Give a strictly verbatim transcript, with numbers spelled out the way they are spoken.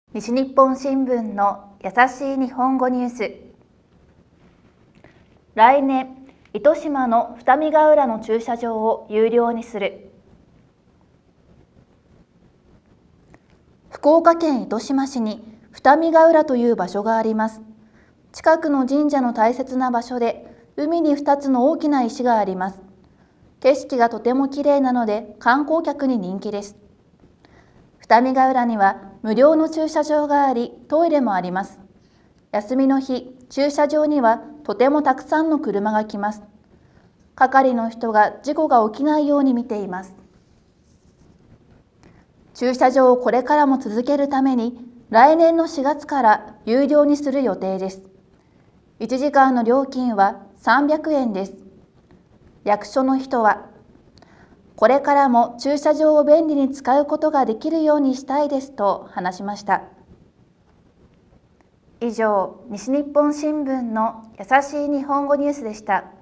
西日本新聞のやさしい日本語ニュース。来年、糸島の二見ヶ浦の駐車場を有料にする。福岡県糸島市に二見ヶ浦という場所があります。近くの神社の大切な場所で、海に二つの大きな石があります。景色がとてもきれいなので観光客に人気です。二見ヶ浦には無料の駐車場があり、トイレもあります。休みの日、駐車場にはとてもたくさんの車が来ます。係の人が事故が起きないように見ています。駐車場をこれからも続けるために、来年のしがつから有料にする予定です。いちじかんの料金はさんびゃくえんです。役所の人は、これからも駐車場を便利に使うことができるようにしたいですと話しました。以上、西日本新聞のやさしい日本語ニュースでした。